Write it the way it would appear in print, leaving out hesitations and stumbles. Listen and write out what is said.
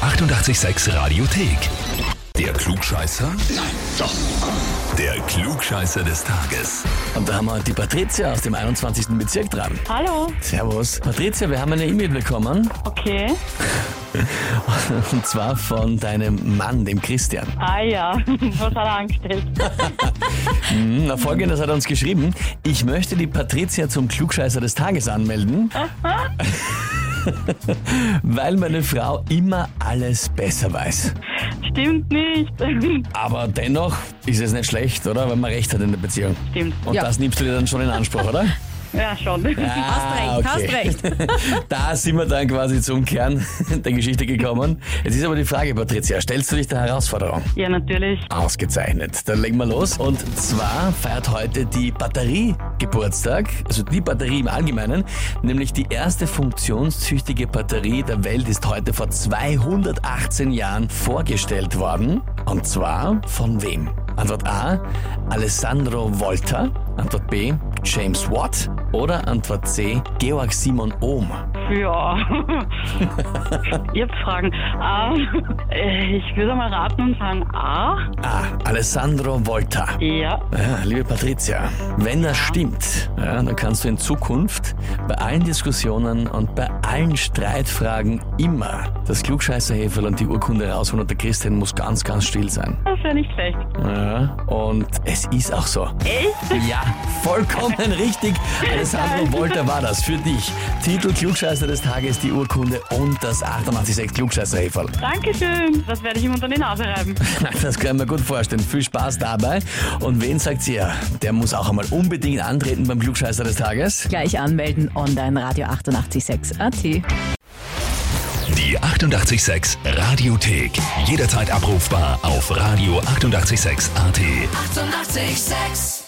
886 Radiothek. Der Klugscheißer? Nein, doch. Der Klugscheißer des Tages. Und da haben wir die Patricia aus dem 21. Bezirk dran. Hallo. Servus. Patricia, wir haben eine E-Mail bekommen. Okay. Und zwar von deinem Mann, dem Christian. Ah ja, was hat er angestellt? Na, Folgendes hat er uns geschrieben. Ich möchte die Patricia zum Klugscheißer des Tages anmelden, weil meine Frau immer alles besser weiß. Stimmt nicht. Aber dennoch ist es nicht schlecht, oder? Wenn man recht hat in der Beziehung. Stimmt. Und Ja. das nimmst du dir dann schon in Anspruch, oder? Ja, schon. Hast recht. Da sind wir dann quasi zum Kern der Geschichte gekommen. Jetzt ist aber die Frage, Patricia, stellst du dich der Herausforderung? Ja, natürlich. Ausgezeichnet. Dann legen wir los. Und zwar feiert heute die Batterie Geburtstag, also die Batterie im Allgemeinen, nämlich die erste funktionstüchtige Batterie der Welt ist heute vor 218 Jahren vorgestellt worden. Und zwar von wem? Antwort A, Alessandro Volta. Antwort B, James Watt. Oder Antwort C, Georg Simon Ohm. Ja. Jetzt Fragen. Ich würde mal raten und sagen A. A, Alessandro Volta. Ja. Ja, liebe Patricia, wenn das stimmt, ja, dann kannst du in Zukunft bei allen Diskussionen und bei allen Streitfragen immer das Klugscheißerhäferl und die Urkunde rausholen und der Christian muss ganz, ganz still sein. Das wäre nicht schlecht. Ja, und es ist auch so. Echt? Ja, vollkommen richtig. Alessandro Volta war das für dich. Titel Klugscheißer des Tages, die Urkunde und das 886 Klugscheißerhäferl. Dankeschön. Das werde ich ihm unter die Nase reiben. Das kann ich mir gut vorstellen. Viel Spaß dabei. Und wen sagt ihr? Der muss auch einmal unbedingt antreten beim Klugscheißer des Tages. Gleich anmelden, online Radio 886 AT. Die 886 Radiothek. Jederzeit abrufbar auf radio886.at. 886! 886